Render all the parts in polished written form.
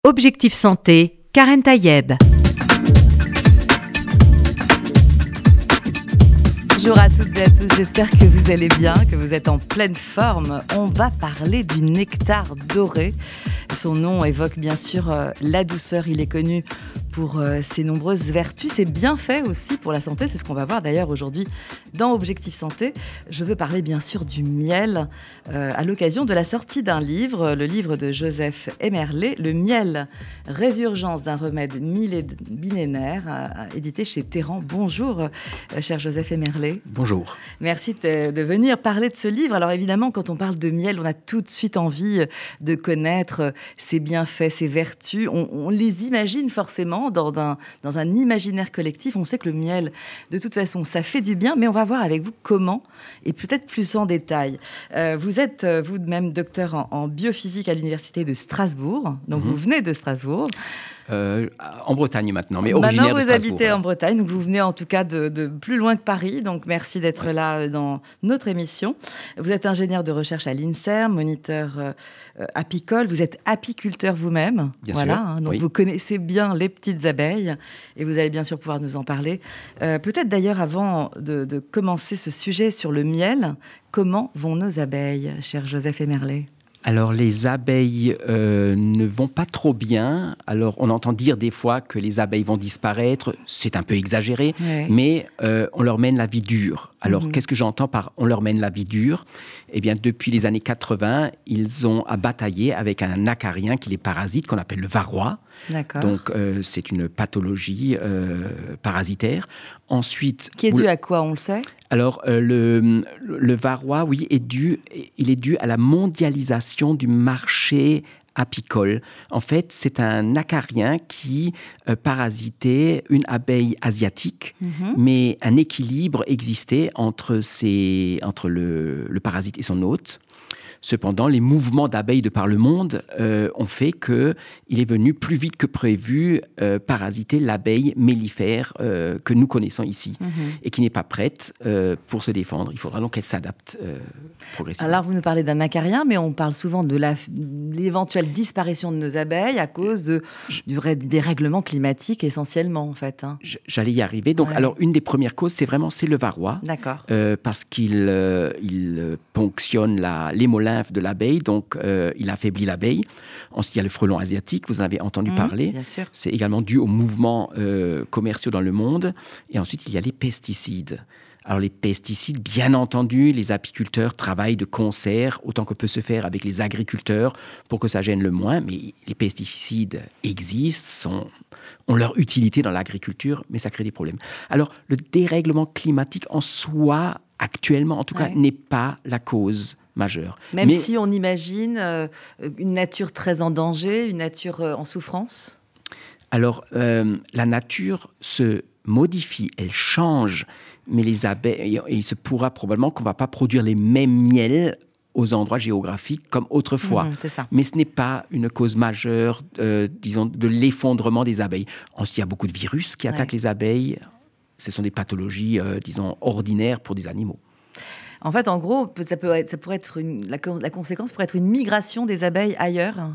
Objectif Santé, Karen Tayeb. Bonjour à toutes et à tous, j'espère que vous allez bien, que vous êtes en pleine forme. On va parler du nectar doré. Son nom évoque bien sûr la douceur, il est connu pour ses nombreuses vertus, ses bienfaits aussi pour la santé, c'est ce qu'on va voir d'ailleurs aujourd'hui dans Objectif Santé. Je veux parler bien sûr du miel à l'occasion de la sortie d'un livre, le livre de Joseph Emerlé, Le miel, résurgence d'un remède millénaire, édité chez Terran. Bonjour cher Joseph Emerlé. Bonjour. Merci de venir parler de ce livre. Alors évidemment, quand on parle de miel, on a tout de suite envie de connaître ses bienfaits, ses vertus. On les imagine forcément dans un imaginaire collectif. On sait que le miel, de toute façon, ça fait du bien, mais on va voir avec vous comment, et peut-être plus en détail. Vous êtes vous-même docteur en biophysique à l'université de Strasbourg, donc vous venez de Strasbourg. En Bretagne maintenant, mais originaire de Strasbourg. Maintenant, vous habitez en Bretagne, donc vous venez en tout cas de plus loin que Paris, donc merci d'être là dans notre émission. Vous êtes ingénieur de recherche à l'INSERM, moniteur apicole, vous êtes apiculteur vous-même. Bien voilà, sûr, donc oui. vous connaissez bien les petites abeilles et vous allez bien sûr pouvoir nous en parler. Peut-être d'ailleurs avant de commencer ce sujet sur le miel, comment vont nos abeilles, cher Joseph Emerlé ? Alors, les abeilles ne vont pas trop bien. Alors, on entend dire des fois que les abeilles vont disparaître. C'est un peu exagéré, Ouais. mais on leur mène la vie dure. Alors, qu'est-ce que j'entends par « on leur mène la vie dure » ? Eh bien, depuis les années 80, ils ont à batailler avec un acarien qui les parasite, qu'on appelle le varroa. D'accord. Donc, c'est une pathologie parasitaire. Ensuite, Qui est dû à quoi, on le sait ? alors, le varroa, oui, il est dû à la mondialisation du marché apicole. En fait, c'est un acarien qui parasitait une abeille asiatique, mais un équilibre existait entre le parasite et son hôte. Cependant, les mouvements d'abeilles de par le monde ont fait qu'il est venu plus vite que prévu parasiter l'abeille mellifère que nous connaissons ici et qui n'est pas prête pour se défendre. Il faudra donc qu'elle s'adapte progressivement. Alors, vous nous parlez d'un acarien, mais on parle souvent de l'éventuelle disparition de nos abeilles à cause du dérèglement climatique essentiellement, en fait. Hein. J'allais y arriver. Donc, Ouais. alors, une des premières causes, c'est le varroa. D'accord. Parce qu'il ponctionne l'hémolymphe de l'abeille, donc il affaiblit l'abeille. Ensuite, il y a le frelon asiatique, vous en avez entendu parler. Bien sûr. C'est également dû aux mouvements commerciaux dans le monde. Et ensuite, il y a les pesticides. Alors les pesticides, bien entendu, les apiculteurs travaillent de concert, autant que peut se faire avec les agriculteurs, pour que ça gêne le moins. Mais les pesticides existent, ont leur utilité dans l'agriculture, mais ça crée des problèmes. Alors le dérèglement climatique en soi, actuellement en tout cas, n'est pas la cause majeure. Même si on imagine une nature très en danger, une nature en souffrance. Alors la nature se modifie, elle change, mais les abeilles, et il se pourra probablement qu'on ne va pas produire les mêmes miels aux endroits géographiques comme autrefois. C'est ça. Mais ce n'est pas une cause majeure, disons, de l'effondrement des abeilles. Ensuite, il y a beaucoup de virus qui attaquent les abeilles. Ce sont des pathologies, disons, ordinaires pour des animaux. En fait, en gros, ça pourrait être la conséquence pourrait être une migration des abeilles ailleurs.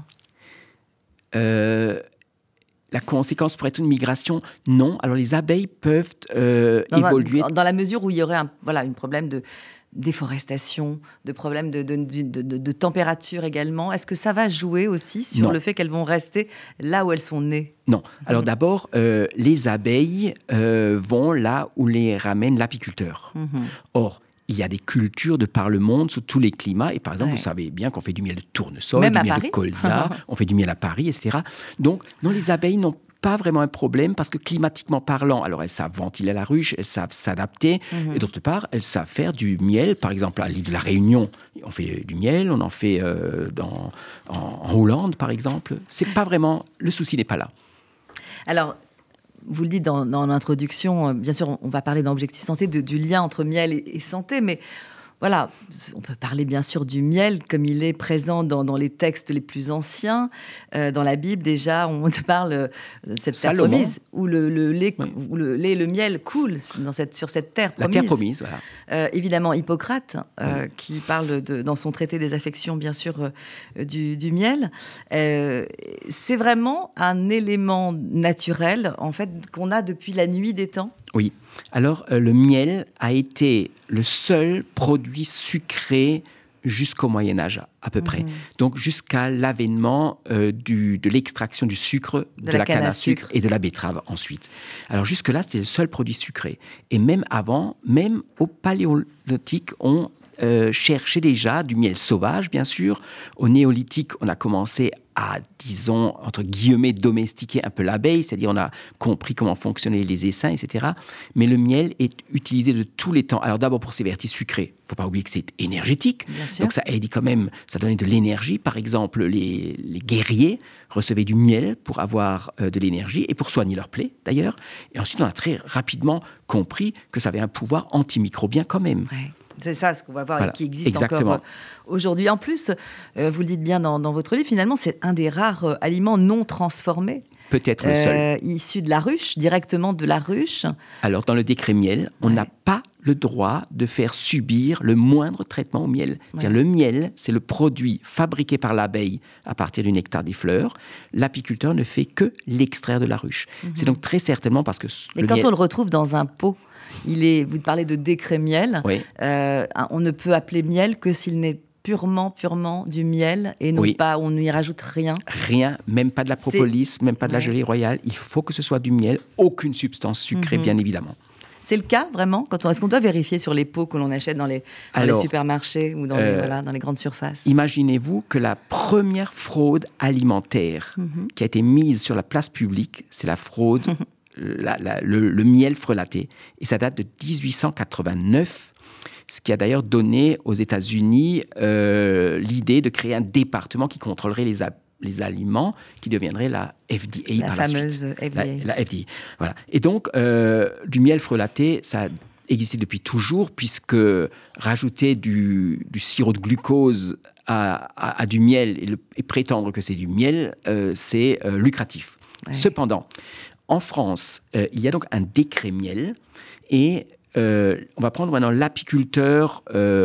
La conséquence pourrait être une migration, non. Alors, les abeilles peuvent évoluer. Dans la mesure où il y aurait un problème de déforestation, de problème de température également. Est-ce que ça va jouer aussi sur le fait qu'elles vont rester là où elles sont nées ? Non. Alors d'abord, les abeilles vont là où les ramène l'apiculteur. Or, il y a des cultures de par le monde, sous tous les climats. Et par exemple, vous savez bien qu'on fait du miel de tournesol, même du à miel Paris. de colza, on fait du miel à Paris, etc. Donc, non, les abeilles n'ont pas vraiment un problème parce que climatiquement parlant, alors elles savent ventiler la ruche, elles savent s'adapter. Et d'autre part, elles savent faire du miel. Par exemple, à l'île de la Réunion, on fait du miel, on en fait en Hollande, par exemple. C'est pas vraiment... Le souci n'est pas là. Alors, vous le dites dans l'introduction, bien sûr, on va parler dans Objectif Santé du lien entre miel et santé, mais voilà, on peut parler bien sûr du miel, comme il est présent dans les textes les plus anciens. Dans la Bible, déjà, on parle de cette terre Salomon. promise, où le lait, Oui. où le lait et le miel coulent sur cette terre La promise. terre promise, voilà. Évidemment, Hippocrate, qui parle dans son traité des affections, bien sûr, du miel. C'est vraiment un élément naturel, en fait, qu'on a depuis la nuit des temps. Oui. Alors, le miel a été le seul produit sucré jusqu'au Moyen-Âge, à peu près. Donc, jusqu'à l'avènement de l'extraction du sucre, de la canne à sucre et de la betterave ensuite. Alors, jusque-là, c'était le seul produit sucré. Et même avant, même au Paléolithique, on cherchait déjà du miel sauvage, bien sûr. Au Néolithique, on a commencé à, disons, entre guillemets, domestiquer un peu l'abeille, c'est-à-dire on a compris comment fonctionnaient les essaims, etc. Mais le miel est utilisé de tous les temps. Alors d'abord pour ses vertus sucrées, il ne faut pas oublier que c'est énergétique, donc ça aide quand même, ça donnait de l'énergie. Par exemple, les guerriers recevaient du miel pour avoir de l'énergie et pour soigner leurs plaies d'ailleurs. Et ensuite, on a très rapidement compris que ça avait un pouvoir antimicrobien quand même. Ouais. C'est ça ce qu'on va voir, voilà, qui existe exactement. encore aujourd'hui. En plus, vous le dites bien dans votre livre, finalement, c'est un des rares aliments non transformés. Peut-être le seul. Issu de la ruche, directement de la ruche. Alors, dans le décret miel, on n'a pas le droit de faire subir le moindre traitement au miel. C'est-à-dire, le miel, c'est le produit fabriqué par l'abeille à partir du nectar des fleurs. L'apiculteur ne fait que l'extraire de la ruche. C'est donc très certainement parce que Et quand on le retrouve dans un pot, vous parlez de décret miel, on ne peut appeler miel que s'il n'est purement du miel et non pas, on n'y rajoute rien. Rien, même pas de la propolis, même pas de la gelée royale. Il faut que ce soit du miel, aucune substance sucrée, bien évidemment. C'est le cas, vraiment? Est-ce qu'on doit vérifier sur les pots que l'on achète dans les supermarchés ou dans les grandes surfaces? Imaginez-vous que la première fraude alimentaire qui a été mise sur la place publique, c'est la fraude, le miel frelaté. Et ça date de 1889. Ce qui a d'ailleurs donné aux États-Unis l'idée de créer un département qui contrôlerait les aliments, qui deviendrait la FDA par la suite. La fameuse FDA. La FDA, voilà. Et donc, du miel frelaté, ça a existé depuis toujours, puisque rajouter du sirop de glucose à du miel et prétendre que c'est du miel, c'est lucratif. Ouais. Cependant, en France, il y a donc un décret miel et on va prendre maintenant l'apiculteur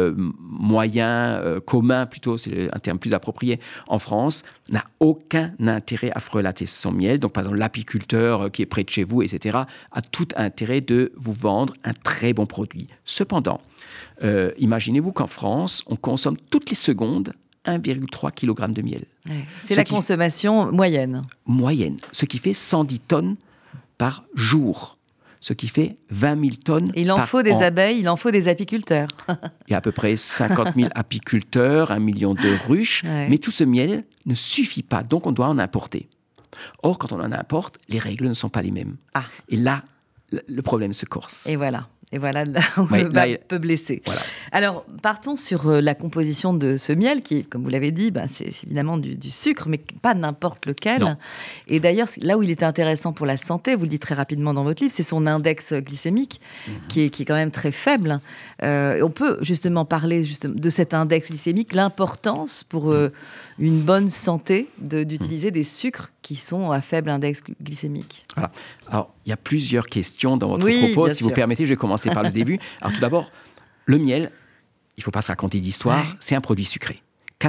moyen, commun plutôt, c'est un terme plus approprié, en France, n'a aucun intérêt à frelater son miel. Donc, par exemple, l'apiculteur qui est près de chez vous, etc., a tout intérêt de vous vendre un très bon produit. Cependant, imaginez-vous qu'en France, on consomme toutes les secondes 1,3 kg de miel. Ouais, c'est la consommation moyenne. Moyenne, ce qui fait 110 tonnes par jour. Ce qui fait 20 000 tonnes il en par faut des an. abeilles, il en faut des apiculteurs. Il y a à peu près 50 000 apiculteurs, 1 million de ruches, mais tout ce miel ne suffit pas, donc on doit en importer. Or, quand on en importe, les règles ne sont pas les mêmes. Ah. Et là, le problème se corse. Et voilà là où le bas peut blesser. Voilà. Alors, partons sur la composition de ce miel, qui, comme vous l'avez dit, c'est évidemment du sucre, mais pas n'importe lequel. Non. Et d'ailleurs, là où il est intéressant pour la santé, vous le dites très rapidement dans votre livre, c'est son index glycémique, qui est quand même très faible. On peut justement parler de cet index glycémique, l'importance pour une bonne santé d'utiliser des sucres qui sont à faible index glycémique. Voilà. Alors, il y a plusieurs questions dans votre propos. Si vous permettez, je vais commencer par le début. Alors, tout d'abord, le miel, il ne faut pas se raconter d'histoire, c'est un produit sucré.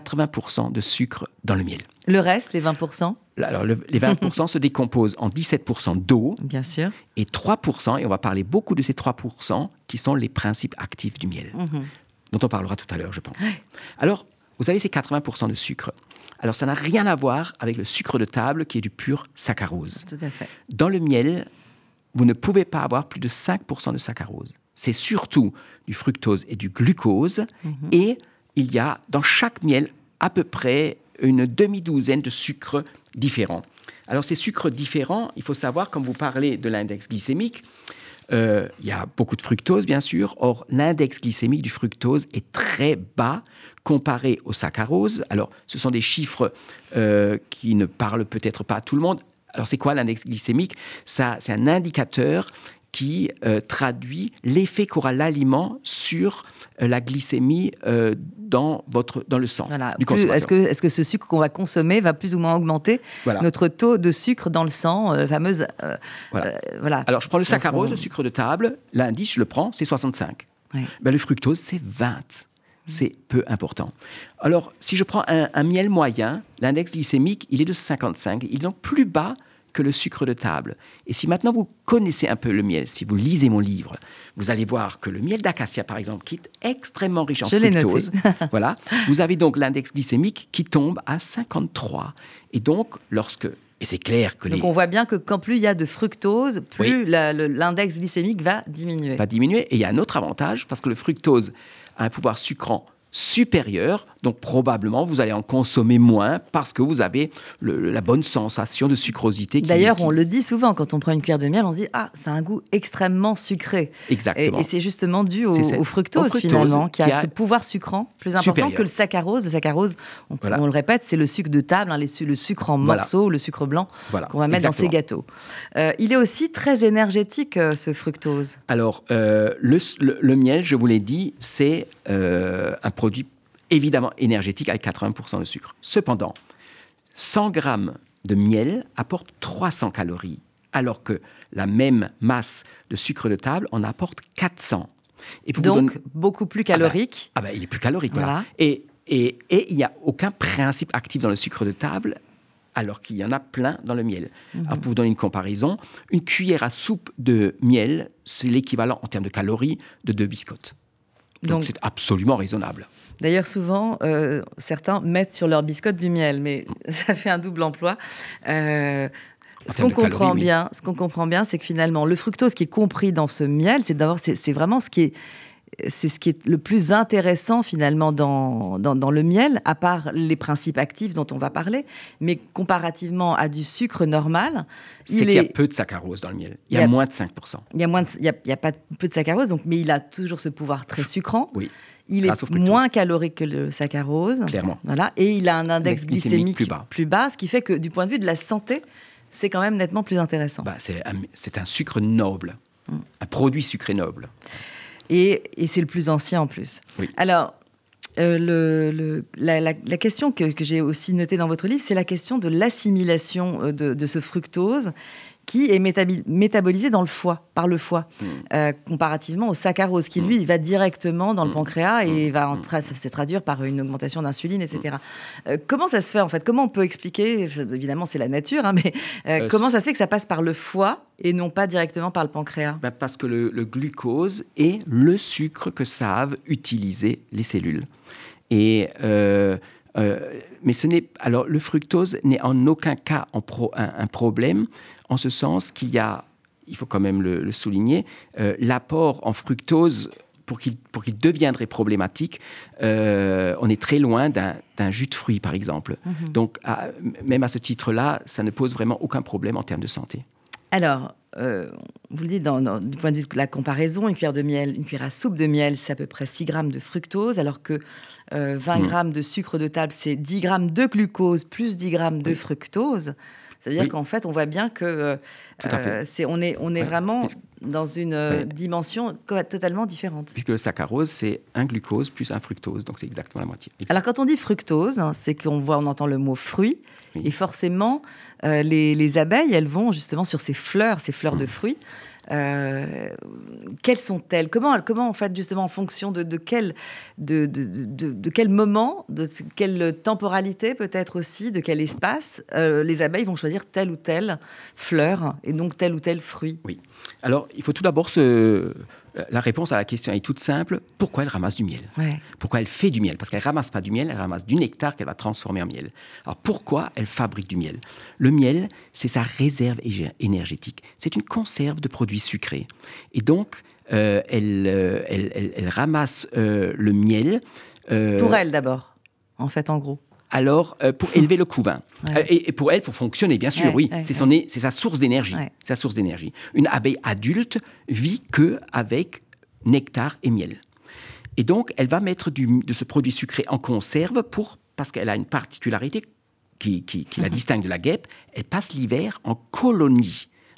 80% de sucre dans le miel. Le reste, les 20%? Alors, les 20% se décomposent en 17% d'eau. Bien sûr. Et 3%, et on va parler beaucoup de ces 3%, qui sont les principes actifs du miel, dont on parlera tout à l'heure, je pense. Alors, vous avez ces 80% de sucre. Alors, ça n'a rien à voir avec le sucre de table, qui est du pur saccharose. Tout à fait. Dans le miel, vous ne pouvez pas avoir plus de 5% de saccharose. C'est surtout du fructose et du glucose. Et il y a dans chaque miel à peu près une demi-douzaine de sucres différents. Alors, ces sucres différents, il faut savoir, comme vous parlez de l'index glycémique, il y a beaucoup de fructose, bien sûr. Or, l'index glycémique du fructose est très bas comparé au saccharose. Alors, ce sont des chiffres qui ne parlent peut-être pas à tout le monde. Alors, c'est quoi l'index glycémique? Ça, c'est un indicateur qui traduit l'effet qu'aura l'aliment sur la glycémie dans le sang du consommateur. Est-ce que ce sucre qu'on va consommer va plus ou moins augmenter notre taux de sucre dans le sang, la fameuse... voilà. Alors, je prends le saccharose, le sucre de table. L'indice, je le prends, c'est 65. Oui. Le fructose, c'est 20. C'est peu important. Alors, si je prends un miel moyen, l'index glycémique, il est de 55. Il est donc plus bas que le sucre de table. Et si maintenant vous connaissez un peu le miel, si vous lisez mon livre, vous allez voir que le miel d'acacia, par exemple, qui est extrêmement riche en fructose, voilà, vous avez donc l'index glycémique qui tombe à 53. Et donc, et c'est clair que donc on voit bien que quand plus il y a de fructose, plus l'index glycémique va diminuer. Et il y a un autre avantage, parce que le fructose a un pouvoir sucrant supérieur, donc probablement vous allez en consommer moins parce que vous avez la bonne sensation de sucrosité. D'ailleurs, on le dit souvent, quand on prend une cuillère de miel, on se dit « Ah, ça a un goût extrêmement sucré ». Exactement. Et c'est justement dû au fructose, finalement, qui a ce pouvoir sucrant plus important que le saccharose. Le saccharose, on le répète, c'est le sucre de table, le sucre en morceaux, le sucre blanc qu'on va mettre dans ces gâteaux. Il est aussi très énergétique, ce fructose. Alors, le miel, je vous l'ai dit, c'est un produit évidemment énergétique avec 80% de sucre. Cependant, 100 grammes de miel apporte 300 calories, alors que la même masse de sucre de table en apporte 400. Et donc, beaucoup plus calorique. Il est plus calorique, voilà. Et il n'y a aucun principe actif dans le sucre de table, alors qu'il y en a plein dans le miel. Alors, pour vous donner une comparaison, une cuillère à soupe de miel, c'est l'équivalent en termes de calories de 2 biscottes. Donc c'est absolument raisonnable. D'ailleurs, souvent, certains mettent sur leur biscotte du miel, mais ça fait un double emploi. Ce qu'on comprend bien, c'est que finalement, le fructose qui est compris dans ce miel, c'est vraiment ce qui est le plus intéressant finalement dans le miel, à part les principes actifs dont on va parler, mais comparativement à du sucre normal, qu'il y a peu de saccharose dans le miel. Il y a moins de 5%. Il y a pas peu de saccharose, mais il a toujours ce pouvoir très sucrant. Oui. Il est moins calorique que le saccharose. Clairement. Voilà. Et il a un index glycémique plus bas, ce qui fait que du point de vue de la santé, c'est quand même nettement plus intéressant. C'est un sucre noble, un produit sucré noble. Et c'est le plus ancien en plus. Oui. Alors, la question que j'ai aussi notée dans votre livre, c'est la question de l'assimilation de ce fructose qui est métabolisé par le foie, comparativement au saccharose, qui lui va directement dans le pancréas et va se traduire par une augmentation d'insuline, etc. Comment ça se fait en fait ? Comment on peut expliquer, évidemment c'est la nature, mais comment ça se fait que ça passe par le foie et non pas directement par le pancréas ? Parce que le glucose est le sucre que savent utiliser les cellules. Mais le fructose n'est en aucun cas un problème, en ce sens qu'il faut quand même le souligner, l'apport en fructose, pour qu'il deviendrait problématique, on est très loin d'un jus de fruits, par exemple. Donc, même à ce titre-là, ça ne pose vraiment aucun problème en termes de santé. Alors, vous le dites, du point de vue de la comparaison, une cuillère à soupe de miel, c'est à peu près 6 grammes de fructose, alors que 20 grammes de sucre de table, c'est 10 grammes de glucose plus 10 grammes de fructose. C'est-à-dire qu'en fait, on voit bien que on est vraiment dans une dimension totalement différente. Puisque le saccharose, c'est un glucose plus un fructose, donc c'est exactement la moitié. Alors, quand on dit fructose, c'est on entend le mot fruit, et forcément, les abeilles, elles vont justement sur ces fleurs de fruits. Quelles sont-elles ? Comment en fait, justement, en fonction de quel moment, de quelle temporalité peut-être aussi, de quel espace, les abeilles vont choisir telle ou telle fleur et donc tel ou tel fruit ? Oui. Alors, il faut tout d'abord la réponse à la question est toute simple. Pourquoi elle ramasse du miel ? Pourquoi elle fait du miel ? Parce qu'elle ne ramasse pas du miel, elle ramasse du nectar qu'elle va transformer en miel. Alors, pourquoi elle fabrique du miel ? Le miel, c'est sa réserve énergétique. C'est une conserve de produits sucrés. Et donc, elle ramasse le miel. Pour elle, d'abord, en fait, en gros. Alors, pour élever le couvain. Et pour elle, pour fonctionner, bien sûr, c'est sa source d'énergie. C'est sa source d'énergie. Une abeille adulte vit qu'avec nectar et miel. Et donc, elle va mettre de ce produit sucré en conserve parce qu'elle a une particularité qui la distingue de la guêpe. Elle passe l'hiver en colonie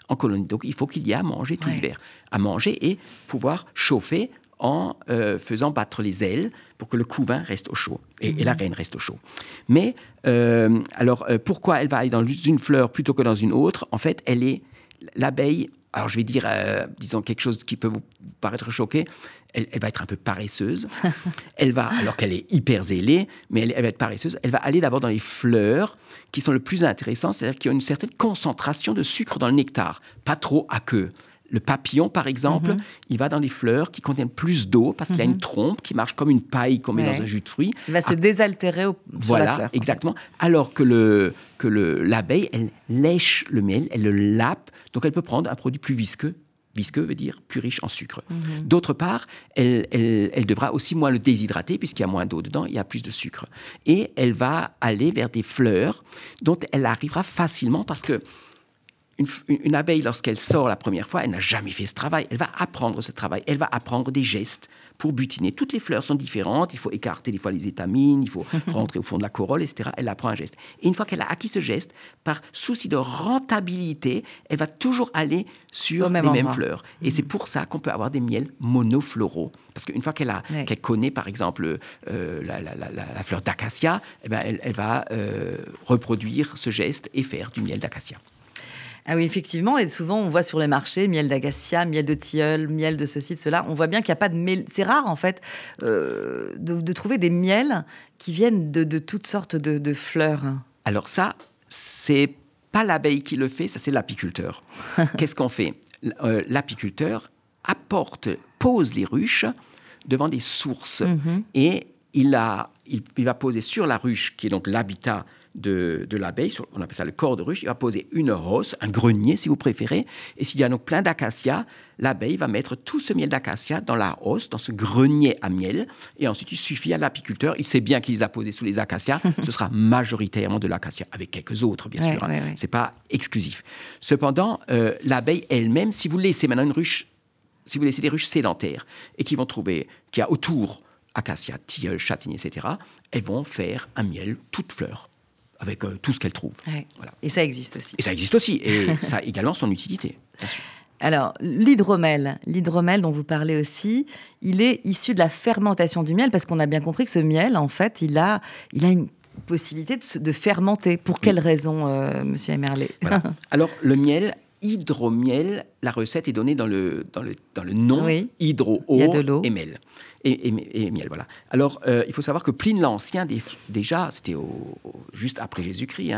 en colonie. Donc, il faut qu'il y ait à manger tout l'hiver. À manger et pouvoir chauffer en faisant battre les ailes pour que le couvain reste au chaud et la reine reste au chaud. Mais, pourquoi elle va aller dans une fleur plutôt que dans une autre ? En fait, l'abeille, alors je vais dire, disons quelque chose qui peut vous paraître choqué, elle va être un peu paresseuse. Alors qu'elle est hyper zélée, mais elle va être paresseuse. Elle va aller d'abord dans les fleurs qui sont le plus intéressantes, c'est-à-dire qui ont une certaine concentration de sucre dans le nectar, pas trop aqueux. Le papillon, par exemple, il va dans les fleurs qui contiennent plus d'eau parce qu'il a une trompe qui marche comme une paille qu'on met dans un jus de fruits. Il va se désaltérer sur la fleur. Voilà, exactement. Alors que l'abeille, elle lèche le miel, elle le lappe, donc elle peut prendre un produit plus visqueux. Visqueux veut dire plus riche en sucre. D'autre part, elle devra aussi moins le déshydrater puisqu'il y a moins d'eau dedans, il y a plus de sucre. Et elle va aller vers des fleurs dont elle arrivera facilement parce que une abeille, lorsqu'elle sort la première fois, elle n'a jamais fait ce travail. Elle va apprendre ce travail. Elle va apprendre des gestes pour butiner. Toutes les fleurs sont différentes. Il faut écarter des fois les étamines, il faut rentrer au fond de la corolle, etc. Elle apprend un geste. Et une fois qu'elle a acquis ce geste, par souci de rentabilité, elle va toujours aller sur les mêmes fleurs. Et c'est pour ça qu'on peut avoir des miels monofloraux. Parce qu'une fois qu'elle connaît, par exemple, la fleur d'acacia, eh ben, elle va reproduire ce geste et faire du miel d'acacia. Ah oui, effectivement, et souvent on voit sur les marchés miel d'acacia, miel de tilleul, miel de ceci, de cela. On voit bien qu'il n'y a pas de miel. C'est rare en fait de trouver des miels qui viennent de toutes sortes de fleurs. Alors ça, c'est pas l'abeille qui le fait, ça c'est l'apiculteur. Qu'est-ce qu'on fait ? L'apiculteur pose les ruches devant des sources et il va poser sur la ruche, qui est donc l'habitat de l'abeille, on appelle ça le corps de ruche, il va poser une rosse, un grenier si vous préférez, et s'il y a donc plein d'acacias, l'abeille va mettre tout ce miel d'acacia dans la rosse, dans ce grenier à miel, et ensuite il suffit à l'apiculteur, il sait bien qu'il les a posés sous les acacias, ce sera majoritairement de l'acacia, avec quelques autres bien sûr, c'est pas exclusif. Cependant, l'abeille elle-même, si vous laissez maintenant une ruche, si vous laissez des ruches sédentaires, et qu'il y a autour acacia, tilleul, châtaignier, etc., elles vont faire un miel toute fleur, avec tout ce qu'elles trouvent. Voilà. Et ça existe aussi. Et ça a également son utilité, bien sûr. Alors, l'hydromel dont vous parlez aussi, il est issu de la fermentation du miel, parce qu'on a bien compris que ce miel, en fait, il a une possibilité de fermenter. Pour quelle raison, monsieur Emerlé ? Voilà. Alors, le miel, hydromiel, la recette est donnée dans le nom, hydro, eau et miel. Et miel, voilà. Alors, il faut savoir que Pline l'Ancien, déjà, c'était juste après Jésus-Christ,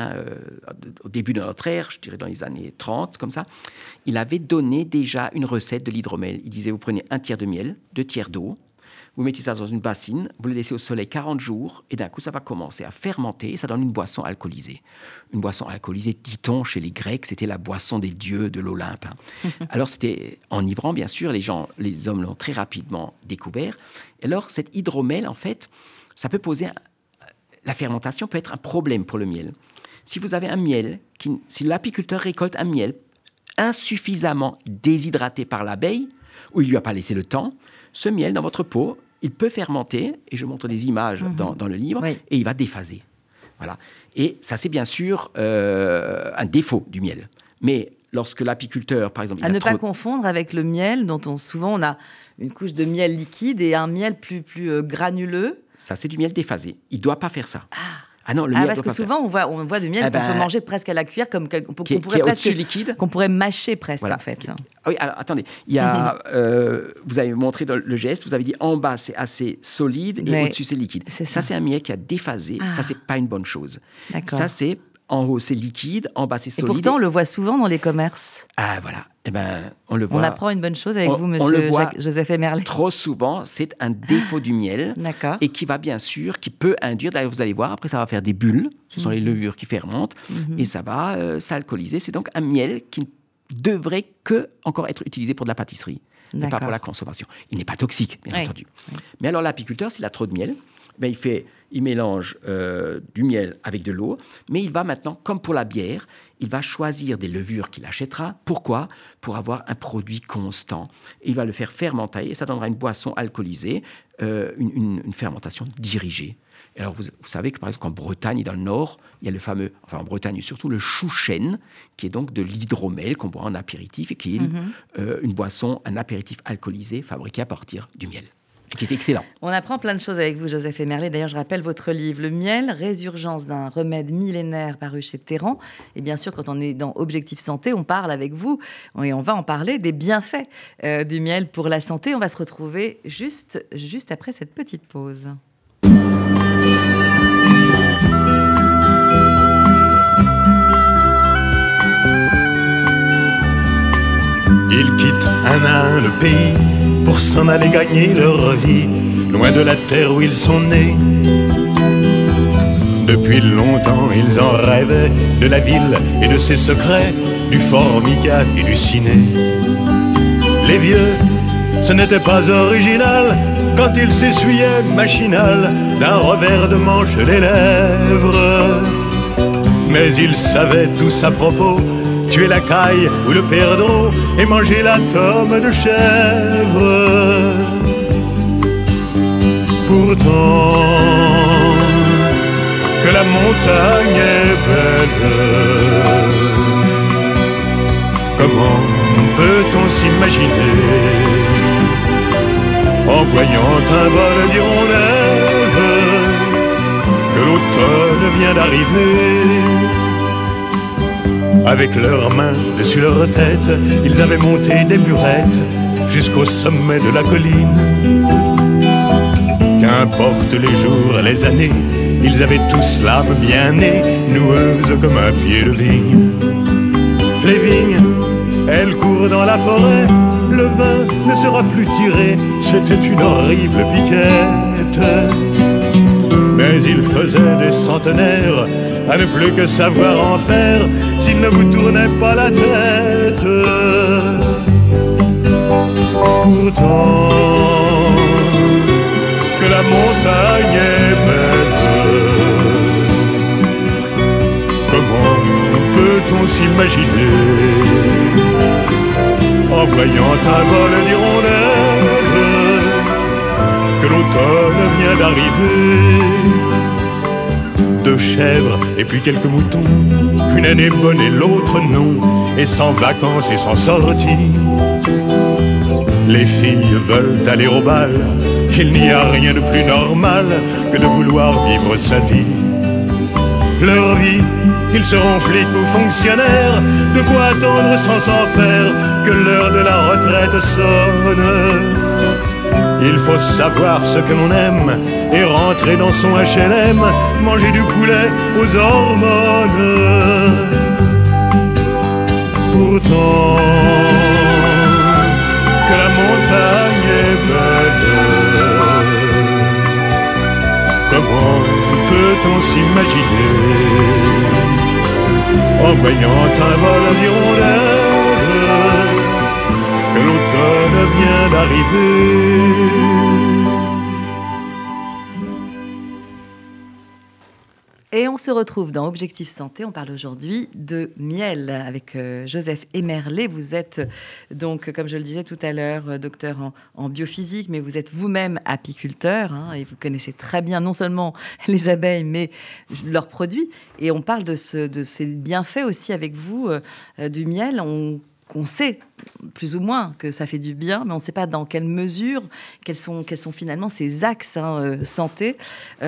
au début de notre ère, je dirais dans les années 30, comme ça, il avait donné déjà une recette de l'hydromel. Il disait, vous prenez 1 tiers de miel, 2 tiers d'eau, vous mettez ça dans une bassine, vous le laissez au soleil 40 jours, et d'un coup, ça va commencer à fermenter, et ça donne une boisson alcoolisée. Une boisson alcoolisée, dit-on, chez les Grecs, c'était la boisson des dieux de l'Olympe. Alors, c'était enivrant, bien sûr, les hommes l'ont très rapidement découvert. Et alors, cet hydromel, en fait, ça peut poser... La fermentation peut être un problème pour le miel. Si vous avez un miel, si l'apiculteur récolte un miel insuffisamment déshydraté par l'abeille, ou il ne lui a pas laissé le temps, ce miel, dans votre pot, il peut fermenter, et je montre des images dans le livre, et il va déphaser. Voilà. Et ça, c'est bien sûr un défaut du miel. Mais lorsque l'apiculteur, par exemple... À ne pas confondre avec le miel, dont souvent on a une couche de miel liquide et un miel plus granuleux. Ça, c'est du miel déphasé. Il ne doit pas faire ça. Ah non, le miel parce que souvent on voit du miel qu'on peut manger presque à la cuillère, comme qui est au-dessus liquide, qu'on pourrait mâcher presque, voilà. En fait. Oui, alors, attendez, il y a, vous avez montré dans le geste, vous avez dit en bas c'est assez solide et au-dessus c'est liquide. Ça c'est un miel qui a déphasé. Ça c'est pas une bonne chose. D'accord. Ça c'est en haut c'est liquide, en bas c'est solide. Et pourtant on le voit souvent dans les commerces. Ah voilà. Eh ben, on le voit. On apprend une bonne chose avec vous, monsieur Joseph Emerlé. Trop souvent, c'est un défaut du miel. D'accord. Et qui peut induire, d'ailleurs vous allez voir, après ça va faire des bulles, ce sont les levures qui fermentent, et ça va s'alcooliser. C'est donc un miel qui ne devrait que encore être utilisé pour de la pâtisserie, et pas pour la consommation. Il n'est pas toxique, bien entendu. Mais alors l'apiculteur, s'il a trop de miel, il mélange du miel avec de l'eau, mais il va maintenant, comme pour la bière, il va choisir des levures qu'il achètera. Pourquoi ? Pour avoir un produit constant. Il va le faire fermenter et ça donnera une boisson alcoolisée, une fermentation dirigée. Et alors, vous savez que, par exemple, en Bretagne et dans le Nord, il y a le fameux, en Bretagne surtout, le chouchen, qui est donc de l'hydromel qu'on boit en apéritif et qui est une boisson, un apéritif alcoolisé fabriqué à partir du miel, qui est excellent. On apprend plein de choses avec vous, Joseph Emerlé. D'ailleurs, je rappelle votre livre, Le miel, résurgence d'un remède millénaire, paru chez Terran. Et bien sûr, quand on est dans Objectif Santé, on parle avec vous et on va en parler des bienfaits du miel pour la santé. On va se retrouver juste après cette petite pause. Ils quittent un à un le pays pour s'en aller gagner leur vie, loin de la terre où ils sont nés. Depuis longtemps, ils en rêvaient de la ville et de ses secrets, du Formica et du ciné. Les vieux, ce n'était pas original quand ils s'essuyaient machinal d'un revers de manche les lèvres. Mais ils savaient tous à propos tuer la caille ou le perdreau et manger la tome de chèvre. Pourtant, que la montagne est belle, comment peut-on s'imaginer en voyant un vol d'hirondelles que l'automne vient d'arriver? Avec leurs mains dessus leur tête, ils avaient monté des burettes jusqu'au sommet de la colline. Qu'importe les jours, les années, ils avaient tous l'âme bien née, noueuse comme un pied de vigne. Les vignes, elles courent dans la forêt, le vin ne sera plus tiré, c'était une horrible piquette. Mais ils faisaient des centenaires à ne plus que savoir en faire s'il ne vous tournait pas la tête. Pourtant, que la montagne est belle, comment peut-on s'imaginer en voyant un vol d'hirondelles que l'automne vient d'arriver? 2 chèvres et puis quelques moutons, une année bonne et l'autre non, et sans vacances et sans sortie. Les filles veulent aller au bal, il n'y a rien de plus normal que de vouloir vivre sa vie. Leur vie, ils seront flics ou fonctionnaires, de quoi attendre sans s'en faire que l'heure de la retraite sonne. Il faut savoir ce que l'on aime et rentrer dans son HLM, manger du poulet aux hormones. Pourtant, que la montagne est belle, comment peut-on s'imaginer en voyant un vol d'hirondelles que l'automne vient d'arriver? Et on se retrouve dans Objectif Santé. On parle aujourd'hui de miel avec Joseph Emerlé. Vous êtes donc, comme je le disais tout à l'heure, docteur en biophysique, mais vous êtes vous-même apiculteur et vous connaissez très bien non seulement les abeilles, mais leurs produits. Et on parle de ces bienfaits aussi avec vous du miel. On sait plus ou moins que ça fait du bien, mais on ne sait pas dans quelle mesure, quels sont finalement ces axes santé.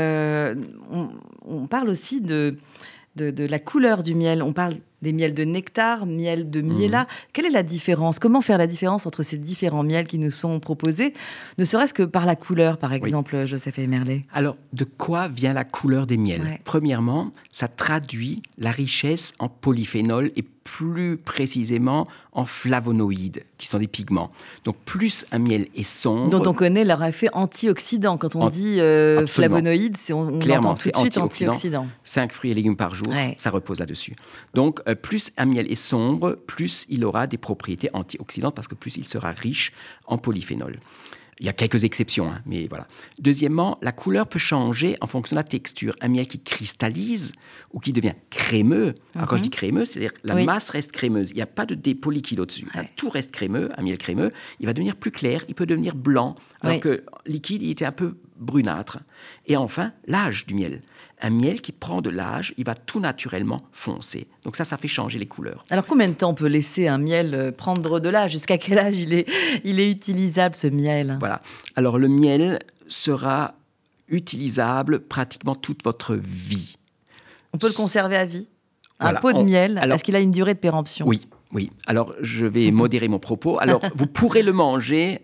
On parle aussi de la couleur du miel. On parle des miels de nectar, miel de miela. Quelle est la différence ? Comment faire la différence entre ces différents miels qui nous sont proposés, ne serait-ce que par la couleur, par exemple, Joseph Emerlé ? Alors, de quoi vient la couleur des miels ? Ouais. Premièrement, ça traduit la richesse en polyphénols et plus précisément en flavonoïdes, qui sont des pigments. Donc, plus un miel est sombre... Dont on connaît leur effet antioxydant. Quand on dit flavonoïdes, on clairement, entend tout de suite antioxydant. 5 fruits et légumes par jour, ça repose là-dessus. Donc, plus un miel est sombre, plus il aura des propriétés antioxydantes, parce que plus il sera riche en polyphénols. Il y a quelques exceptions, hein, mais voilà. Deuxièmement, la couleur peut changer en fonction de la texture. Un miel qui cristallise ou qui devient crémeux. Alors, quand je dis crémeux, c'est-à-dire que la masse reste crémeuse. Il n'y a pas de dépôt liquide au-dessus. Ouais. Tout reste crémeux. Un miel crémeux, il va devenir plus clair, il peut devenir blanc, alors que liquide, il était un peu brunâtre. Et enfin, l'âge du miel. Un miel qui prend de l'âge, il va tout naturellement foncer. Donc ça fait changer les couleurs. Alors combien de temps on peut laisser un miel prendre de l'âge ? Jusqu'à quel âge il est utilisable, ce miel ? Voilà. Alors le miel sera utilisable pratiquement toute votre vie. On peut le conserver à vie ? Voilà. Un pot de miel, est-ce qu'il a une durée de péremption ? Oui. Alors je vais modérer mon propos. Alors vous pourrez le manger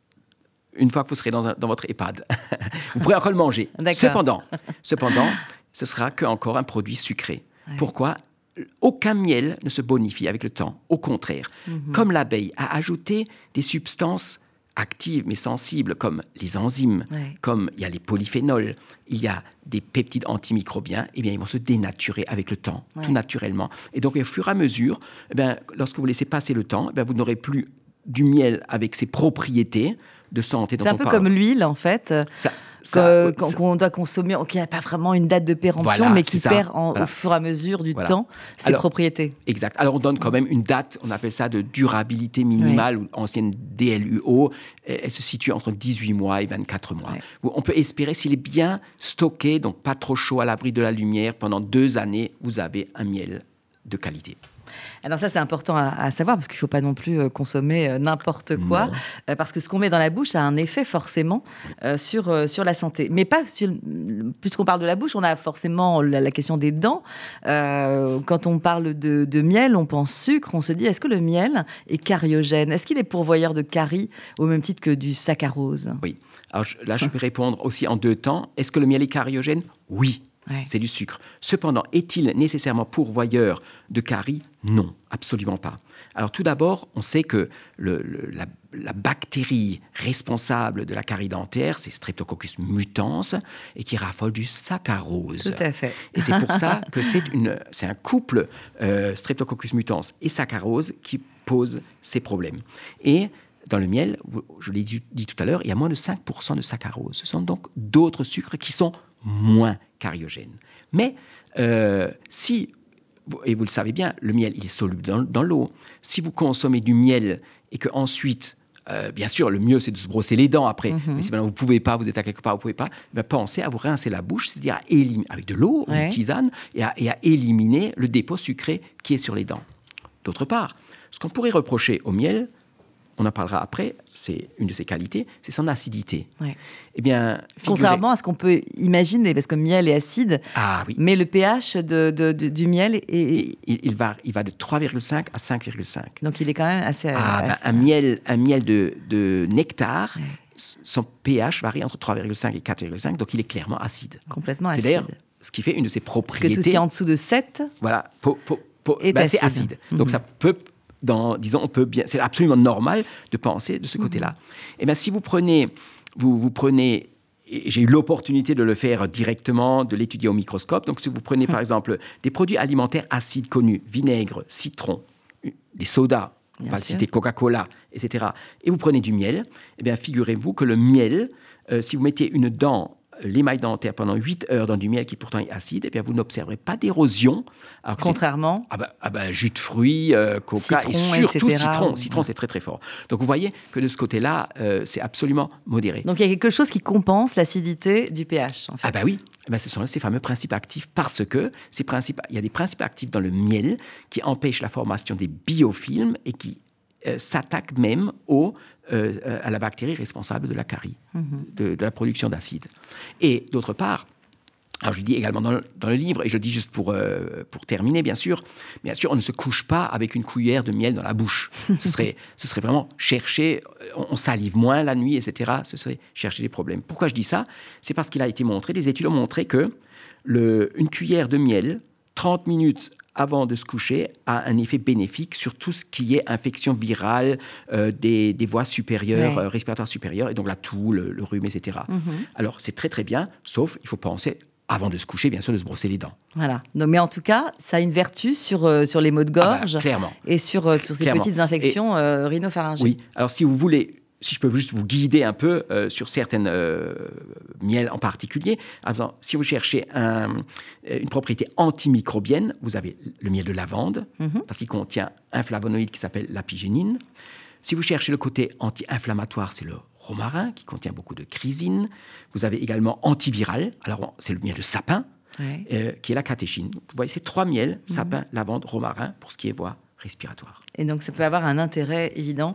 une fois que vous serez dans votre EHPAD. Vous pourrez encore le manger. Cependant, ce sera qu'encore un produit sucré. Ouais. Pourquoi ? Aucun miel ne se bonifie avec le temps. Au contraire, comme l'abeille a ajouté des substances actives mais sensibles comme les enzymes, comme il y a les polyphénols, il y a des peptides antimicrobiens, eh bien, ils vont se dénaturer avec le temps, tout naturellement. Et donc, au fur et à mesure, eh bien, lorsque vous laissez passer le temps, eh bien, vous n'aurez plus du miel avec ses propriétés de santé dont on parle. C'est un peu comme l'huile, en fait, qu'on doit consommer, qui n'a pas vraiment une date de péremption, mais qui perd au fur et à mesure du temps ses propriétés. Exact. Alors, on donne quand même une date, on appelle ça de durabilité minimale, ou ancienne DLUO. Elle se situe entre 18 mois et 24 mois. On peut espérer, s'il est bien stocké, donc pas trop chaud à l'abri de la lumière, pendant 2 années, vous avez un miel de qualité. Alors ça, c'est important à savoir, parce qu'il ne faut pas non plus consommer n'importe quoi, parce que ce qu'on met dans la bouche a un effet forcément sur la santé. Mais pas puisqu'on parle de la bouche, on a forcément la question des dents. Quand on parle de miel, on pense sucre, on se dit, est-ce que le miel est cariogène ? Est-ce qu'il est pourvoyeur de caries au même titre que du saccharose ? Oui. Alors là, je peux répondre aussi en 2 temps. Est-ce que le miel est cariogène ? Oui. C'est du sucre. Cependant, est-il nécessairement pourvoyeur de caries ? Non, absolument pas. Alors tout d'abord, on sait que la bactérie responsable de la carie dentaire, c'est Streptococcus mutans, et qui raffole du saccharose. Tout à fait. Et c'est pour ça que c'est un couple Streptococcus mutans et saccharose qui pose ces problèmes. Et dans le miel, je l'ai dit tout à l'heure, il y a moins de 5% de saccharose. Ce sont donc d'autres sucres qui sont moins cariogènes. Mais si, et vous le savez bien, le miel, il est soluble dans l'eau. Si vous consommez du miel et qu'ensuite, bien sûr, le mieux, c'est de se brosser les dents après. Mais si maintenant vous ne pouvez pas, vous êtes à quelque part, vous ne pouvez pas, pensez à vous rincer la bouche, c'est-à-dire à éliminer, avec de l'eau, une tisane, et à éliminer le dépôt sucré qui est sur les dents. D'autre part, ce qu'on pourrait reprocher au miel, on en parlera après, c'est une de ses qualités, c'est son acidité. Eh bien, contrairement à ce qu'on peut imaginer, parce que le miel est acide, mais le pH du miel est... Il va de 3,5 à 5,5. Donc il est quand même assez... Un miel de nectar, son pH varie entre 3,5 et 4,5, donc il est clairement acide. Complètement acide. C'est d'ailleurs ce qui fait une de ses propriétés. Parce que tout ce qui est en dessous de 7 voilà, c'est acide. Donc ça peut... disons, on peut bien, c'est absolument normal de penser de ce côté-là. Eh bien, si vous prenez, et j'ai eu l'opportunité de le faire directement, de l'étudier au microscope. Donc, si vous prenez, par exemple, des produits alimentaires acides connus, vinaigre, citron, des sodas, on va citer Coca-Cola, etc., et vous prenez du miel, eh bien, figurez-vous que le miel, si vous mettez une dent, l'émail dentaire pendant 8 heures dans du miel qui pourtant est acide, eh bien vous n'observerez pas d'érosion. Contrairement jus de fruits, coca citron, et surtout etc. Citron, c'est très très fort. Donc vous voyez que de ce côté-là, c'est absolument modéré. Donc il y a quelque chose qui compense l'acidité du pH. En fait. Oui. Ce sont ces fameux principes actifs parce que il y a des principes actifs dans le miel qui empêchent la formation des biofilms et qui s'attaquent même à la bactérie responsable de la carie, de la production d'acide. Et d'autre part, alors je dis également dans le livre, et je dis juste pour terminer, bien sûr, on ne se couche pas avec une cuillère de miel dans la bouche. Ce serait vraiment chercher, on salive moins la nuit, etc. Ce serait chercher des problèmes. Pourquoi je dis ça ? C'est parce qu'il a été montré, des études ont montré que une cuillère de miel, 30 minutes avant de se coucher, a un effet bénéfique sur tout ce qui est infection virale des voies supérieures, respiratoires supérieures, et donc la toux, le rhume, etc. Alors, c'est très, très bien, sauf il faut penser, avant de se coucher, bien sûr, de se brosser les dents. Voilà. Donc, mais en tout cas, ça a une vertu sur les maux de gorge clairement. Et sur ces petites infections rhinopharyngiques. Oui. Alors, si vous voulez si je peux juste vous guider un peu sur certaines miels en particulier, par exemple, si vous cherchez une propriété antimicrobienne, vous avez le miel de lavande, parce qu'il contient un flavonoïde qui s'appelle l'apigénine. Si vous cherchez le côté anti-inflammatoire, c'est le romarin, qui contient beaucoup de chrysine. Vous avez également antiviral, alors c'est le miel de sapin, qui est la catéchine. Vous voyez, c'est 3 miels, sapin, lavande, romarin, pour ce qui est voie respiratoire. Et donc, ça peut avoir un intérêt évident,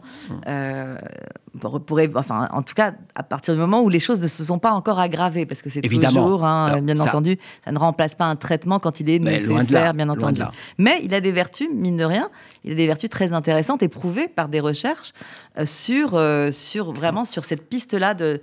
en tout cas, à partir du moment où les choses ne se sont pas encore aggravées, parce que c'est toujours, entendu, ça ne remplace pas un traitement quand il est nécessaire, bien entendu. Mais il a des vertus, mine de rien, il a des vertus très intéressantes et prouvées par des recherches sur cette piste-là des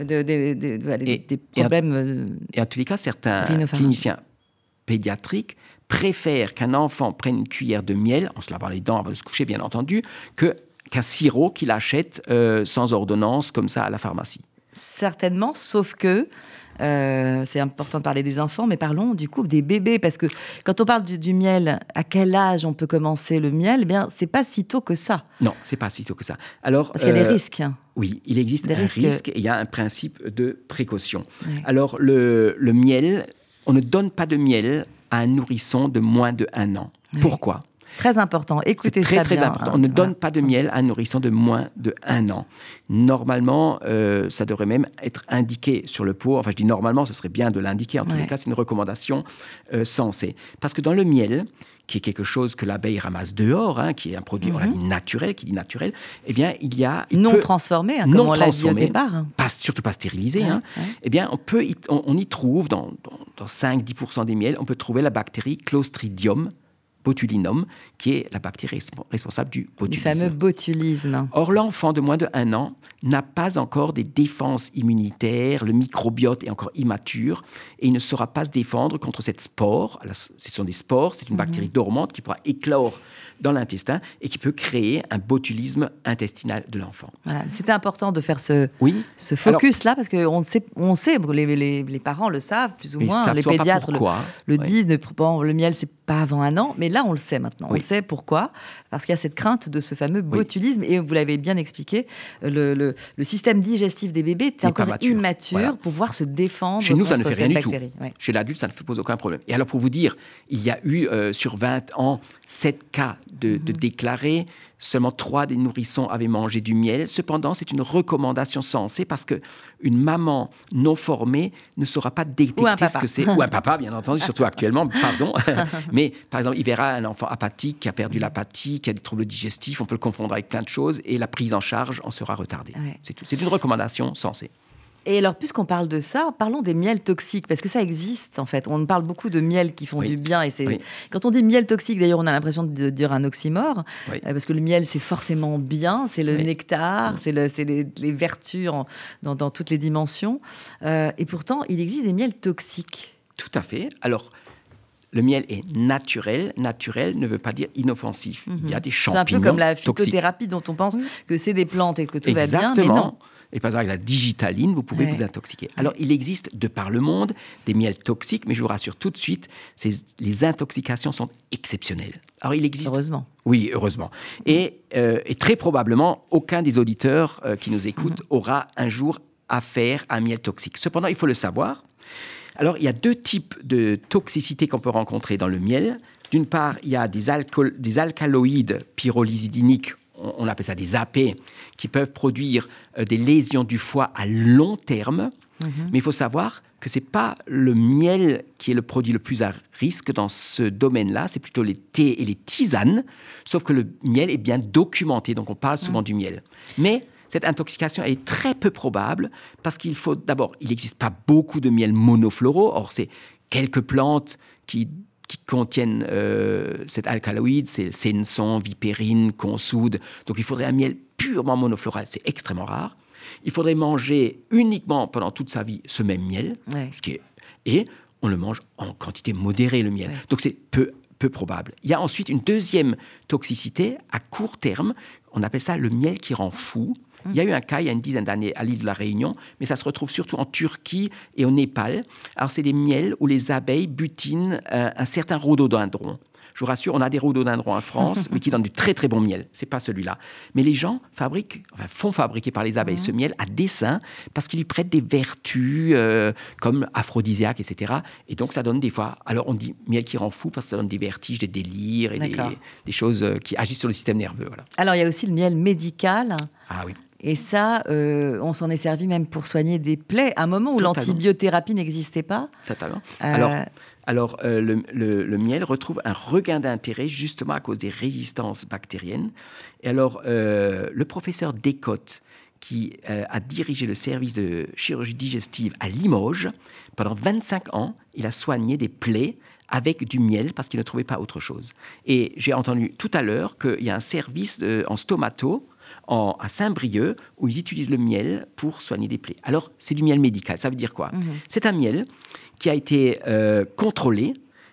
problèmes. Et en tous les cas, certains cliniciens pédiatriques préfèrent qu'un enfant prenne une cuillère de miel, en se lavant les dents avant de se coucher, bien entendu, qu'un sirop qu'il achète sans ordonnance, comme ça, à la pharmacie. Certainement, sauf que c'est important de parler des enfants, mais parlons du coup des bébés, parce que quand on parle du miel, à quel âge on peut commencer le miel ? Eh bien, c'est pas si tôt que ça. Non, c'est pas si tôt que ça. Alors, parce qu'il y a des risques. Oui, il existe un risque et il y a un principe de précaution. Oui. Alors, le miel, on ne donne pas de miel à un nourrisson de moins de 1 an. Oui. Pourquoi ? Très important. Écoutez ça bien. C'est très important. On ne donne pas de miel à un nourrisson de moins de 1 an. Normalement, ça devrait même être indiqué sur le pot. Enfin, je dis normalement, ce serait bien de l'indiquer. En tous les cas, c'est une recommandation sensée. Parce que dans le miel, qui est quelque chose que l'abeille ramasse dehors, qui est un produit, on l'a dit naturel, qui dit naturel, eh bien, non transformé, comme on l'a dit au départ. Surtout pas stérilisé. Eh bien, on y trouve, dans 5-10% des miels, on peut trouver la bactérie Clostridium botulinum, qui est la bactérie responsable du botulisme. Du fameux botulisme. Or, l'enfant de moins de 1 an n'a pas encore des défenses immunitaires, le microbiote est encore immature, et il ne saura pas se défendre contre cette spore. Ce sont des spores, c'est une bactérie dormante qui pourra éclore dans l'intestin et qui peut créer un botulisme intestinal de l'enfant. Voilà. C'était important de faire ce focus-là, parce qu'on sait, les parents le savent, plus ou moins, les pédiatres le disent, le miel, c'est pas avant 1 an, mais là, on le sait maintenant. On le sait pourquoi, parce qu'il y a cette crainte de ce fameux botulisme, et vous l'avez bien expliqué, le système digestif des bébés est encore immature pour pouvoir se défendre. Chez nous, ça ne fait rien du bactérie. tout. Chez l'adulte, ça ne pose aucun problème. Et alors, pour vous dire, il y a eu sur 20 ans 7 cas de déclarés. Seulement 3 des nourrissons avaient mangé du miel. Cependant, c'est une recommandation sensée parce qu'une maman non formée ne saura pas détecter ce que c'est. Ou un papa, bien entendu, surtout actuellement, pardon. Mais par exemple, il verra un enfant apathique qui a perdu l'apathie, qui a des troubles digestifs. On peut le confondre avec plein de choses et la prise en charge en sera retardée. C'est tout. C'est une recommandation sensée. Et alors, puisqu'on parle de ça, parlons des miels toxiques, parce que ça existe, en fait. On parle beaucoup de miels qui font du bien. Et quand on dit miel toxique, d'ailleurs, on a l'impression de dire un oxymore, parce que le miel, c'est forcément bien, c'est le nectar, c'est les vertus dans toutes les dimensions. Et pourtant, il existe des miels toxiques. Tout à fait. Alors, le miel est naturel. Naturel ne veut pas dire inoffensif. Il y a des champignons toxiques. C'est un peu comme la phytothérapie dont on pense que c'est des plantes et que tout va bien, mais non. Et par exemple, avec la digitaline, vous pouvez vous intoxiquer. Alors, il existe de par le monde des miels toxiques, mais je vous rassure tout de suite, les intoxications sont exceptionnelles. Alors, il existe... Heureusement. Oui, heureusement. Et très probablement, aucun des auditeurs qui nous écoutent aura un jour affaire à un miel toxique. Cependant, il faut le savoir. Alors, il y a 2 types de toxicité qu'on peut rencontrer dans le miel. D'une part, il y a des alcaloïdes pyrrolizidiniques, on appelle ça des AP, qui peuvent produire des lésions du foie à long terme. Mais il faut savoir que ce n'est pas le miel qui est le produit le plus à risque dans ce domaine-là, c'est plutôt les thés et les tisanes, sauf que le miel est bien documenté, donc on parle souvent du miel. Mais cette intoxication elle est très peu probable parce qu'il faut d'abord, il n'existe pas beaucoup de miel monofloraux, or c'est quelques plantes qui contiennent cet alcaloïde, c'est séneçon, vipérine, consoude. Donc il faudrait un miel purement monofloral, c'est extrêmement rare. Il faudrait manger uniquement pendant toute sa vie ce même miel, et on le mange en quantité modérée, le miel. Donc c'est peu probable. Il y a ensuite une deuxième toxicité à court terme, on appelle ça le miel qui rend fou. Il y a eu un cas il y a une dizaine d'années à l'île de la Réunion, mais ça se retrouve surtout en Turquie et au Népal. Alors, c'est des miels où les abeilles butinent un certain rhododendron. Je vous rassure, on a des rhododendrons en France, mais qui donnent du très très bon miel. C'est pas celui-là. Mais les gens font fabriquer par les abeilles ce miel à dessein parce qu'ils lui prêtent des vertus comme aphrodisiaques, etc. Et donc ça donne des fois. Alors on dit miel qui rend fou parce que ça donne des vertiges, des délires et des choses qui agissent sur le système nerveux. Voilà. Alors il y a aussi le miel médical. Ah oui. Et ça, on s'en est servi même pour soigner des plaies, à un moment où l'antibiothérapie n'existait pas. Totalement. Alors le miel retrouve un regain d'intérêt justement à cause des résistances bactériennes. Et alors, le professeur Descotes, qui a dirigé le service de chirurgie digestive à Limoges, pendant 25 ans, il a soigné des plaies avec du miel parce qu'il ne trouvait pas autre chose. Et j'ai entendu tout à l'heure qu'il y a un service en stomato à Saint-Brieuc où ils utilisent le miel pour soigner des plaies. Alors, c'est du miel médical. Ça veut dire quoi ? C'est un miel qui a été contrôlé,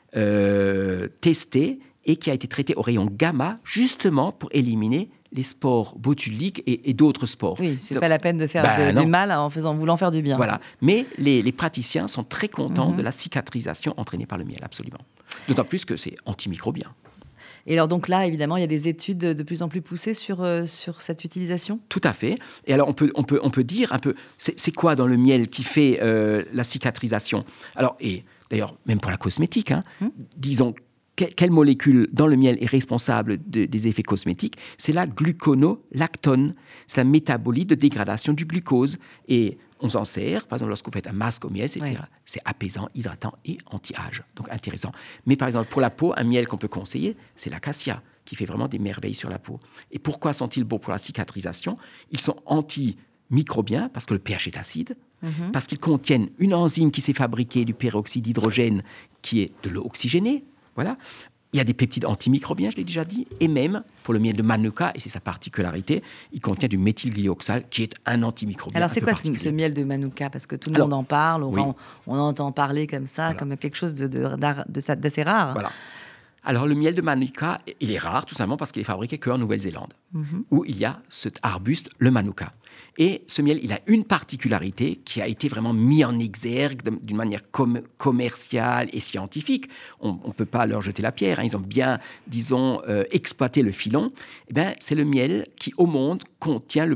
testé et qui a été traité au rayon gamma justement pour éliminer les spores botuliques et d'autres spores. Oui, c'est pas la peine de faire du mal en voulant faire du bien. Voilà. Mais les praticiens sont très contents de la cicatrisation entraînée par le miel, absolument. D'autant plus que c'est antimicrobien. Et alors donc là, évidemment, il y a des études de plus en plus poussées sur cette utilisation ? Tout à fait. Et alors, on peut dire un peu, c'est quoi dans le miel qui fait la cicatrisation ? Alors, et d'ailleurs, même pour la cosmétique, disons, quelle molécule dans le miel est responsable des effets cosmétiques ? C'est la gluconolactone. C'est un métabolite de dégradation du glucose. Et on s'en sert, par exemple, lorsque vous faites un masque au miel, c'est apaisant, hydratant et anti-âge. Donc, intéressant. Mais par exemple, pour la peau, un miel qu'on peut conseiller, c'est l'acacia, qui fait vraiment des merveilles sur la peau. Et pourquoi sont-ils beaux pour la cicatrisation ? Ils sont antimicrobiens, parce que le pH est acide, parce qu'ils contiennent une enzyme qui s'est fabriquée du peroxyde d'hydrogène, qui est de l'eau oxygénée. Voilà. Il y a des peptides antimicrobiens, je l'ai déjà dit, et même, pour le miel de Manuka, et c'est sa particularité, il contient du méthylglyoxal, qui est un antimicrobien. Alors, c'est quoi ce miel de Manuka ? Parce que tout le monde en parle, on entend parler comme ça, comme quelque chose d'assez rare. Voilà. Alors, le miel de Manuka, il est rare, tout simplement parce qu'il est fabriqué qu'en Nouvelle-Zélande, où il y a cet arbuste, le Manuka. Et ce miel, il a une particularité qui a été vraiment mis en exergue d'une manière commerciale et scientifique. On ne peut pas leur jeter la pierre. Ils ont bien, disons, exploité le filon. Eh bien, c'est le miel qui, au monde, contient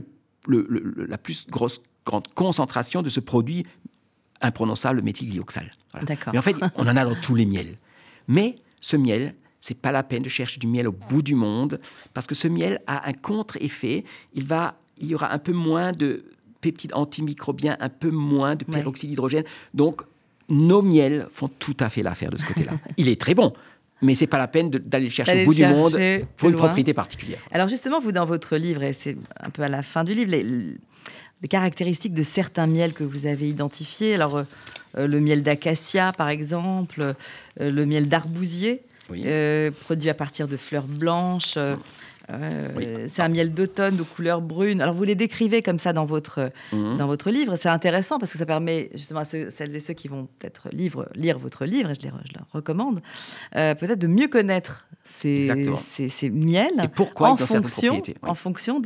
la plus grande concentration de ce produit imprononçable, méthylglyoxal. Voilà. D'accord. Mais en fait, on en a dans tous les miels. Mais ce miel, c'est pas la peine de chercher du miel au bout du monde, parce que ce miel a un contre-effet. Il y aura un peu moins de peptides antimicrobiens, un peu moins de peroxyde d'hydrogène. Donc, nos miels font tout à fait l'affaire de ce côté-là. Il est très bon, mais c'est pas la peine d'aller le chercher au bout du monde pour une propriété particulière. Alors justement, vous, dans votre livre, et c'est un peu à la fin du livre, les caractéristiques de certains miels que vous avez identifiés. Alors, le miel d'acacia, par exemple, le miel d'arbousier, produit à partir de fleurs blanches. C'est un miel d'automne aux couleurs brunes. Alors, vous les décrivez comme ça dans votre livre. C'est intéressant parce que ça permet justement à celles et ceux qui vont peut-être lire votre livre, et je leur recommande, peut-être de mieux connaître ces miels. Et pourquoi en fonction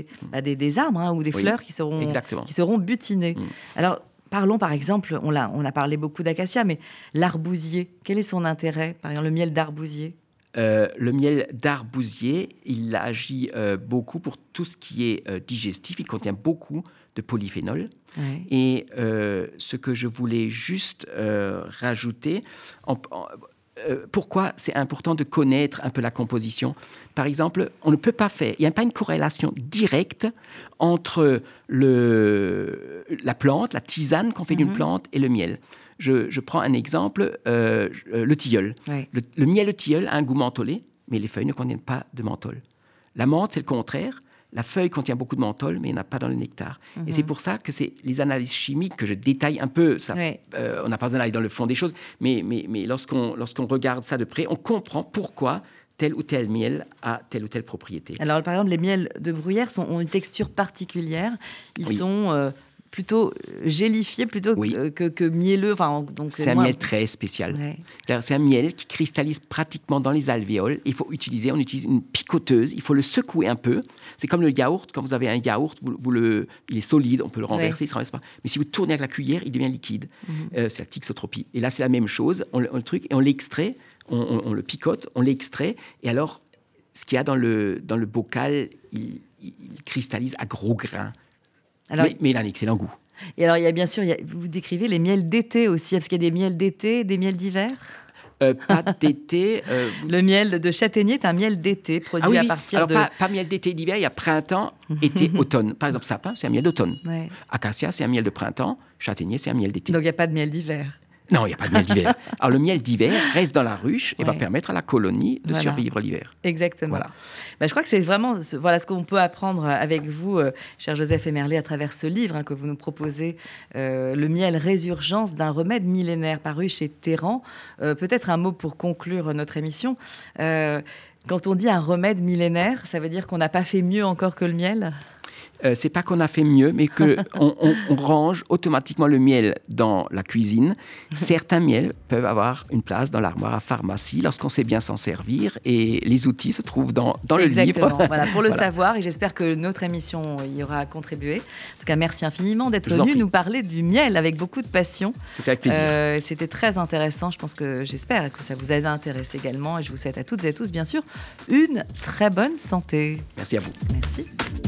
des arbres ou des fleurs qui seront butinées. Alors, parlons par exemple, on a parlé beaucoup d'acacia, mais l'arbousier, quel est son intérêt ? Par exemple, le miel d'arbousier. Le miel d'arbousier, il agit beaucoup pour tout ce qui est digestif. Il contient beaucoup de polyphénol. Ouais. Et ce que je voulais juste rajouter, pourquoi c'est important de connaître un peu la composition. Par exemple, on ne peut pas faire, il n'y a pas une corrélation directe entre la plante, la tisane qu'on fait d'une plante et le miel. Je prends un exemple, le tilleul. Ouais. Le miel de tilleul a un goût mentholé, mais les feuilles ne contiennent pas de menthol. La menthe, c'est le contraire. La feuille contient beaucoup de menthol, mais il n'y en a pas dans le nectar. Et c'est pour ça que c'est les analyses chimiques que je détaille un peu. Ça, on n'a pas besoin d'aller dans le fond des choses, mais lorsqu'on regarde ça de près, on comprend pourquoi tel ou tel miel a telle ou telle propriété. Alors, par exemple, les miels de bruyère ont une texture particulière. Ils sont... plutôt gélifié que mielleux. C'est un miel très spécial. Ouais. C'est un miel qui cristallise pratiquement dans les alvéoles. On utilise une picoteuse. Il faut le secouer un peu. C'est comme le yaourt. Quand vous avez un yaourt, il est solide, on peut le renverser, il ne se renverse pas. Mais si vous tournez avec la cuillère, il devient liquide. C'est la thixotropie. Et là, c'est la même chose. On le truc et on l'extrait. on le picote, on l'extrait, et alors, ce qu'il y a dans le bocal, il cristallise à gros grains. Alors, mais il a un excellent goût. Et alors, il y a bien sûr, vous décrivez les miels d'été aussi, parce qu'il y a des miels d'été et des miels d'hiver. Pas d'été. Le miel de châtaignier est un miel d'été produit à partir de... Pas miel d'été et d'hiver, il y a printemps, été, automne. Par exemple, sapin, c'est un miel d'automne. Ouais. Acacia, c'est un miel de printemps. Châtaignier, c'est un miel d'été. Donc, il n'y a pas de miel d'hiver. Non, il n'y a pas de miel d'hiver. Alors, le miel d'hiver reste dans la ruche et va permettre à la colonie de survivre l'hiver. Exactement. Voilà. Je crois que c'est vraiment ce qu'on peut apprendre avec vous, cher Joseph Emerlé, à travers ce livre que vous nous proposez, Le miel résurgence d'un remède millénaire, paru chez Terran. Peut-être un mot pour conclure notre émission. Quand on dit un remède millénaire, ça veut dire qu'on n'a pas fait mieux encore que le miel ? C'est pas qu'on a fait mieux, mais qu'on range automatiquement le miel dans la cuisine. Certains miels peuvent avoir une place dans l'armoire à pharmacie lorsqu'on sait bien s'en servir, et les outils se trouvent dans le livre. Voilà, pour le savoir, et j'espère que notre émission y aura contribué. En tout cas, merci infiniment d'être venu nous parler du miel avec beaucoup de passion. C'était avec plaisir. C'était très intéressant. J'espère que ça vous a intéressé également, et je vous souhaite à toutes et tous, bien sûr, une très bonne santé. Merci à vous. Merci.